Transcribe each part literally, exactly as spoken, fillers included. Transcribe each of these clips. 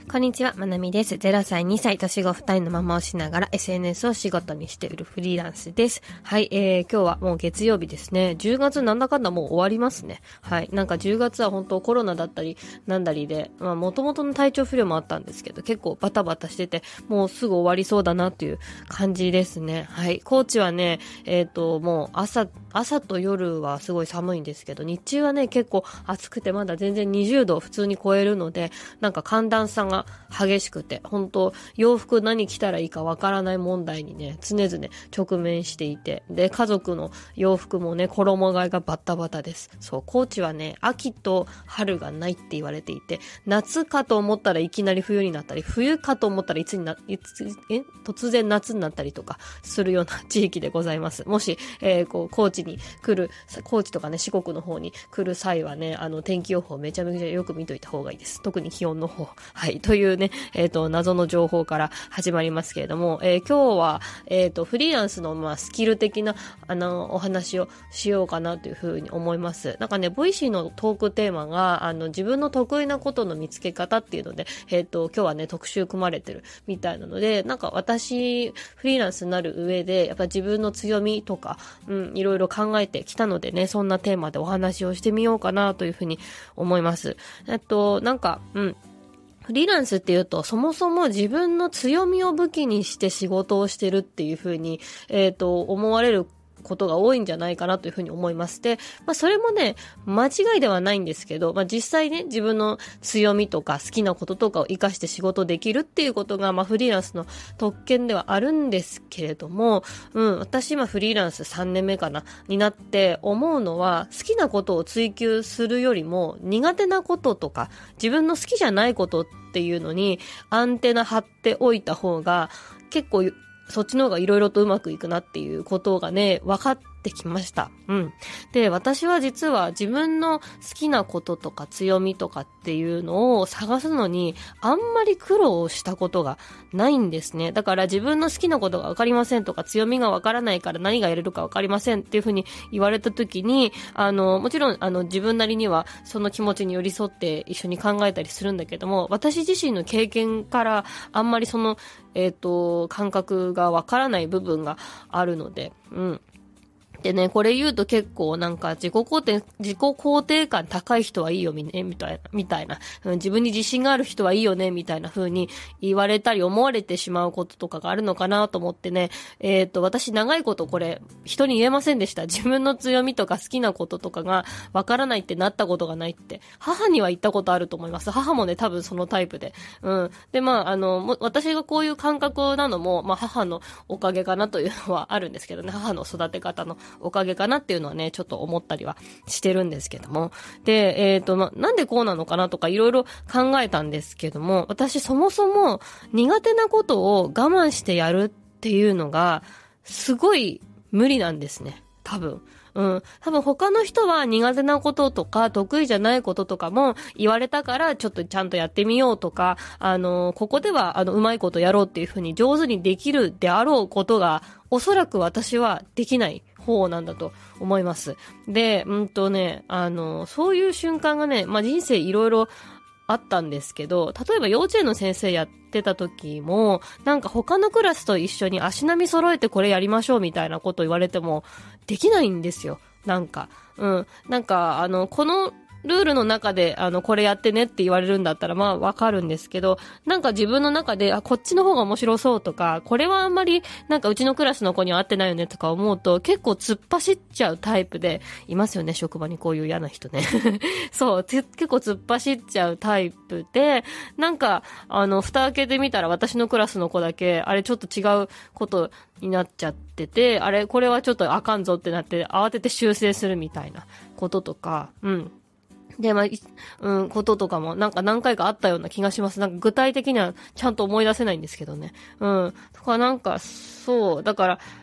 こんにちは、まなみです。ゼロさい、にさい、年子ふたりのママをしながら エスエヌエス を仕事にしているフリーランスです。はい、えー、今日はもう月曜日ですね。じゅうがつなんだかんだもう終わりますね。はい、なんかじゅうがつは本当コロナだったりなんだりで、まあ元々の体調不良もあったんですけど、結構バタバタしてて、もうすぐ終わりそうだなっていう感じですね。はい、高知はね、えっと、もう朝、朝と夜はすごい寒いんですけど、日中はね、結構暑くてまだ全然にじゅうどを普通に超えるので、なんか寒暖差が激しくて、本当洋服何着たらいいかわからない問題にね、常々直面していて、で、家族の洋服もね、衣替えがバッタバタです。そう、高知はね、秋と春がないって言われていて、夏かと思ったらいきなり冬になったり、冬かと思ったらいつにな、いつ、え突然夏になったりとかするような地域でございます。もし、えー、こう、高知に来る、高知とかね、四国の方に来る際はね、あの、天気予報めちゃめちゃよく見といた方がいいです。特に気温の方。はい。というね、えっと、謎の情報から始まりますけれども、えー、今日は、えっと、フリーランスの、まあ、スキル的な、あの、お話をしようかなというふうに思います。なんかね、ボイシーのトークテーマが、あの、自分の得意なことの見つけ方っていうので、えっと、今日はね、特集組まれてるみたいなので、なんか私、フリーランスになる上で、やっぱ自分の強みとか、うん、いろいろ考えてきたのでね、そんなテーマでお話をしてみようかなというふうに思います。えっと、なんか、うん、フリーランスっていうと、そもそも自分の強みを武器にして仕事をしてるっていうふうに、えっと、思われることが多いんじゃないかなというふうに思います。で、まあそれもね、間違いではないんですけど、まあ実際ね、自分の強みとか好きなこととかを活かして仕事できるっていうことが、まあフリーランスの特権ではあるんですけれども、うん、私今フリーランスさんねんめかな、になって思うのは、好きなことを追求するよりも、苦手なこととか、自分の好きじゃないことっていうのに、アンテナ張っておいた方が、結構、そっちの方がいろいろとうまくいくなっていうことがね、分かってきました。うん。で、私は実は自分の好きなこととか強みとかっていうのを探すのにあんまり苦労したことがないんですね。だから自分の好きなことが分かりませんとか強みが分からないから何がやれるか分かりませんっていうふうに言われた時に、あの、もちろんあの自分なりにはその気持ちに寄り添って一緒に考えたりするんだけども、私自身の経験からあんまりその、えっと、感覚がわからない部分があるので、うん。でね、これ言うと結構なんか自己肯定、自己肯定感高い人はいいよね、みたいな、みたいな、うん、自分に自信がある人はいいよね、みたいな風に言われたり思われてしまうこととかがあるのかなと思ってね、えっと、私長いことこれ人に言えませんでした。自分の強みとか好きなこととかがわからないってなったことがないって。母には言ったことあると思います。母もね、多分そのタイプで。うん。で、まあ、あの、も私がこういう感覚なのも、まあ、母のおかげかなというのはあるんですけどね、母の育て方のおかげかなっていうのはね、ちょっと思ったりはしてるんですけども。で、えっと、ま、なんでこうなのかなとかいろいろ考えたんですけども、私そもそも苦手なことを我慢してやるっていうのが、すごい無理なんですね。多分。うん。多分他の人は苦手なこととか得意じゃないこととかも言われたからちょっとちゃんとやってみようとか、あの、ここではあの、うまいことやろうっていうふうに上手にできるであろうことが、おそらく私はできない方なんだと思います。で、うんとね、あの、そういう瞬間がね、まあ、人生いろいろあったんですけど、例えば幼稚園の先生やってた時も、なんか他のクラスと一緒に足並み揃えてこれやりましょうみたいなこと言われても、できないんですよ。なんか。うん。なんか、あの、この、ルールの中で、あの、これやってねって言われるんだったら、まあ、わかるんですけど、なんか自分の中で、あ、こっちの方が面白そうとか、これはあんまり、なんかうちのクラスの子には合ってないよねとか思うと、結構突っ走っちゃうタイプで、いますよね、職場にこういう嫌な人ね。そう、結構突っ走っちゃうタイプで、なんか、あの、蓋開けてみたら私のクラスの子だけ、あれちょっと違うことになっちゃってて、あれ、これはちょっとあかんぞってなって、慌てて修正するみたいなこととか、うん。で、まあ、うん、こととかもなんか何回かあったような気がします。なんか具体的にはちゃんと思い出せないんですけどね。うん。とかなんか、そう。だから、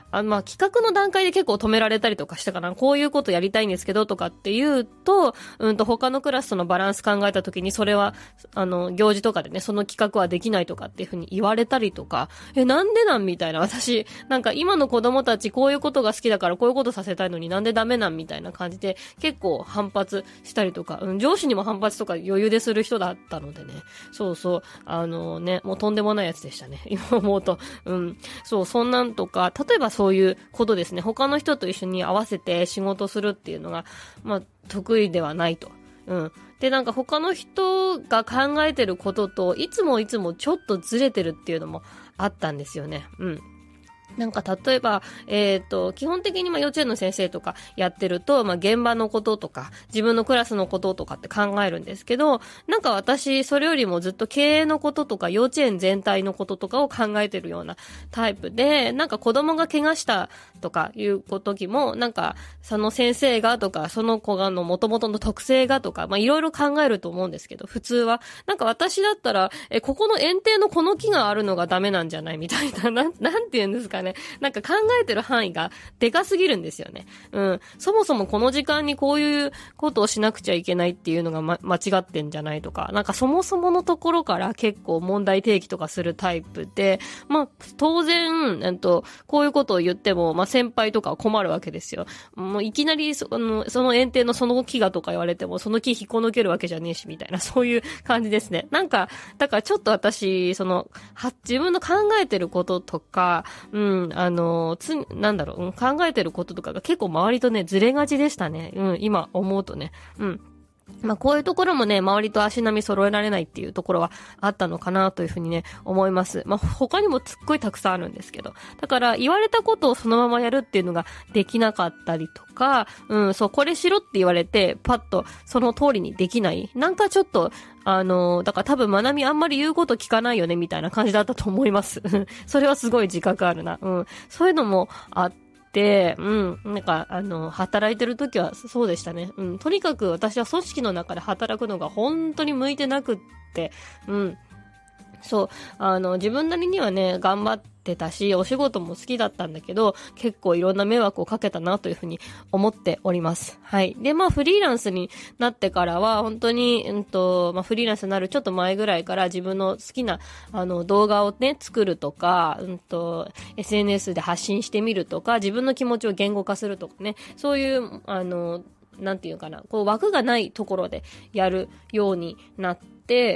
あまあ企画の段階で結構止められたりとかしたかな。こういうことやりたいんですけどとかって言うと、うんと他のクラスとのバランス考えた時にそれは、あの、行事とかでね、その企画はできないとかっていうふうに言われたりとか、え、なんでなんみたいな。私、なんか今の子供たちこういうことが好きだからこういうことさせたいのになんでダメなんみたいな感じで結構反発したりとか、うん、上司にも反発とか余裕でする人だったのでね。そうそう、あのね、もうとんでもないやつでしたね。今思うと。うん。そう、そんなんとか、例えばそういうことですね。他の人と一緒に合わせて仕事するっていうのが、まあ、得意ではないと。うん。で、なんか他の人が考えてることと、いつもいつもちょっとずれてるっていうのもあったんですよね。うん。なんか例えば、えっと、基本的にまあ幼稚園の先生とかやってると、まあ現場のこととか、自分のクラスのこととかって考えるんですけど、なんか私、それよりもずっと経営のこととか、幼稚園全体のこととかを考えてるようなタイプで、なんか子供が怪我したとかいう時も、なんかその先生がとか、その子がの元々の特性がとか、まあいろいろ考えると思うんですけど、普通は、なんか私だったら、え、ここの園庭のこの木があるのがダメなんじゃないみたいな、なん、なんて言うんですかね。なんか考えてる範囲がでかすぎるんですよね。うん。そもそもこの時間にこういうことをしなくちゃいけないっていうのが、ま、間違ってんじゃないとか、なんかそもそものところから結構問題提起とかするタイプで、まあ、当然、えっと、こういうことを言っても、まあ、先輩とかは困るわけですよ。もういきなりその、その園庭のその木がとか言われても、その木引っこ抜けるわけじゃねえし、みたいな、そういう感じですね。なんか、だからちょっと私、その、は、自分の考えてることとか、うん、あの、つ、なんだろう、考えてることとかが結構周りとね、ずれがちでしたね。うん、今思うとね。うん。まあ、こういうところもね、周りと足並み揃えられないっていうところはあったのかなというふうにね、思います。まあ、他にもすっごいたくさんあるんですけど。だから、言われたことをそのままやるっていうのができなかったりとか、うん、そう、これしろって言われて、パッとその通りにできない。なんかちょっと、あの、だから多分、まなみあんまり言うこと聞かないよね、みたいな感じだったと思います。それはすごい自覚あるな。うん。そういうのもあって、で、うん、なんか、あの、働いてる時はそうでしたね。うん、とにかく私は組織の中で働くのが本当に向いてなくって、うん、そう、あの、自分なりにはね、頑張ってたし、お仕事も好きだったんだけど、結構いろんな迷惑をかけたなというふうに思っております。はい。で、まあ、フリーランスになってからは、本当に、うんと、まあ、フリーランスになるちょっと前ぐらいから自分の好きな、あの、動画をね、作るとか、うんと、エスエヌエス で発信してみるとか、自分の気持ちを言語化するとかね、そういう、あの、なんていうかな、こう、枠がないところでやるようになって、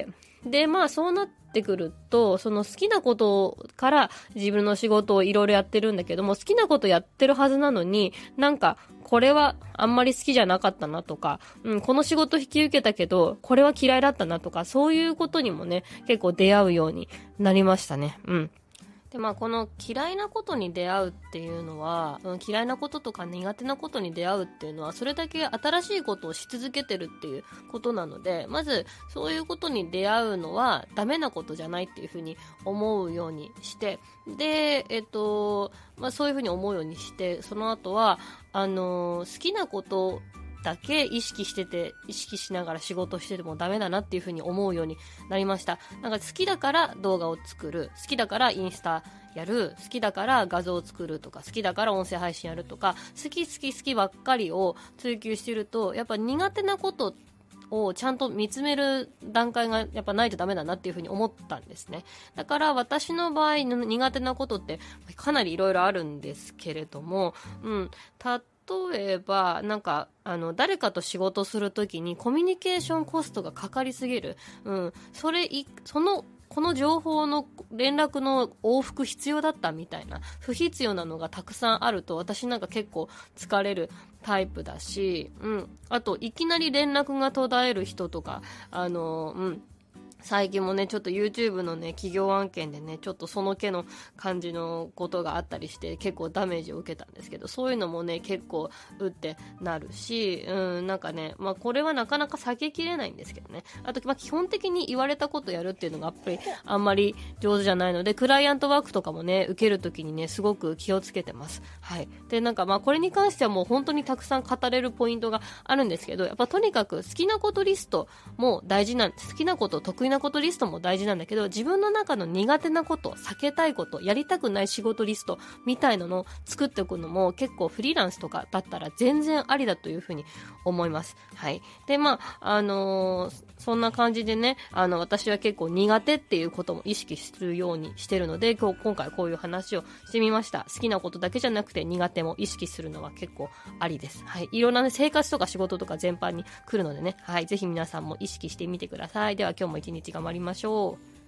で、まあ、そうなって、ってくると、その好きなことから自分の仕事をいろいろやってるんだけども、好きなことやってるはずなのに、なんか、これはあんまり好きじゃなかったなとか、うん、この仕事引き受けたけど、これは嫌いだったなとか、そういうことにもね、結構出会うようになりましたね。うん。で、まあ、この嫌いなことに出会うっていうのは、うん、嫌いなこととか苦手なことに出会うっていうのは、それだけ新しいことをし続けてるっていうことなので、まず、そういうことに出会うのはダメなことじゃないっていうふうに思うようにして、で、えっと、まあ、そういうふうに思うようにして、その後は、あのー、好きなことだけ意識してて、意識しながら仕事しててもダメだなっていう風に思うようになりました。なんか好きだから動画を作る、好きだからインスタやる、好きだから画像を作るとか、好きだから音声配信やるとか、好き好き好きばっかりを追求してると、やっぱ苦手なことをちゃんと見つめる段階がやっぱないとダメだなっていう風に思ったんですね。だから私の場合苦手なことってかなりいろいろあるんですけれども、うん、た例えば、なんか、あの、誰かと仕事するときにコミュニケーションコストがかかりすぎる。うん。それい、その、この情報の連絡の往復必要だったみたいな、不必要なのがたくさんあると、私なんか結構疲れるタイプだし、うん。あと、いきなり連絡が途絶える人とか、あの、うん。最近もね、ちょっと YouTube のね、企業案件でね、ちょっとその手の感じのことがあったりして、結構ダメージを受けたんですけど、そういうのもね、結構、うってなるし、うん、なんかね、まあこれはなかなか避けきれないんですけどね。あと、まあ基本的に言われたことやるっていうのがやっぱりあんまり上手じゃないので、クライアントワークとかもね、受けるときにね、すごく気をつけてます。はい。で、なんかまあこれに関してはもう本当にたくさん語れるポイントがあるんですけど、やっぱとにかく好きなことリストも大事なんです。好きなこと、得意きなことリストも大事なんだけど、自分の中の苦手なこと、避けたいこと、やりたくない仕事リストみたいなのを作っておくのも結構フリーランスとかだったら全然ありだというふうに思います。はい。で、まあ、あのー、そんな感じでね、あの、私は結構苦手っていうことも意識するようにしてるので、今日、今回こういう話をしてみました。好きなことだけじゃなくて苦手も意識するのは結構ありです。はい。いろんなね、生活とか仕事とか全般に来るのでね、はい。ぜひ皆さんも意識してみてください。では今日も一日頑張りましょう。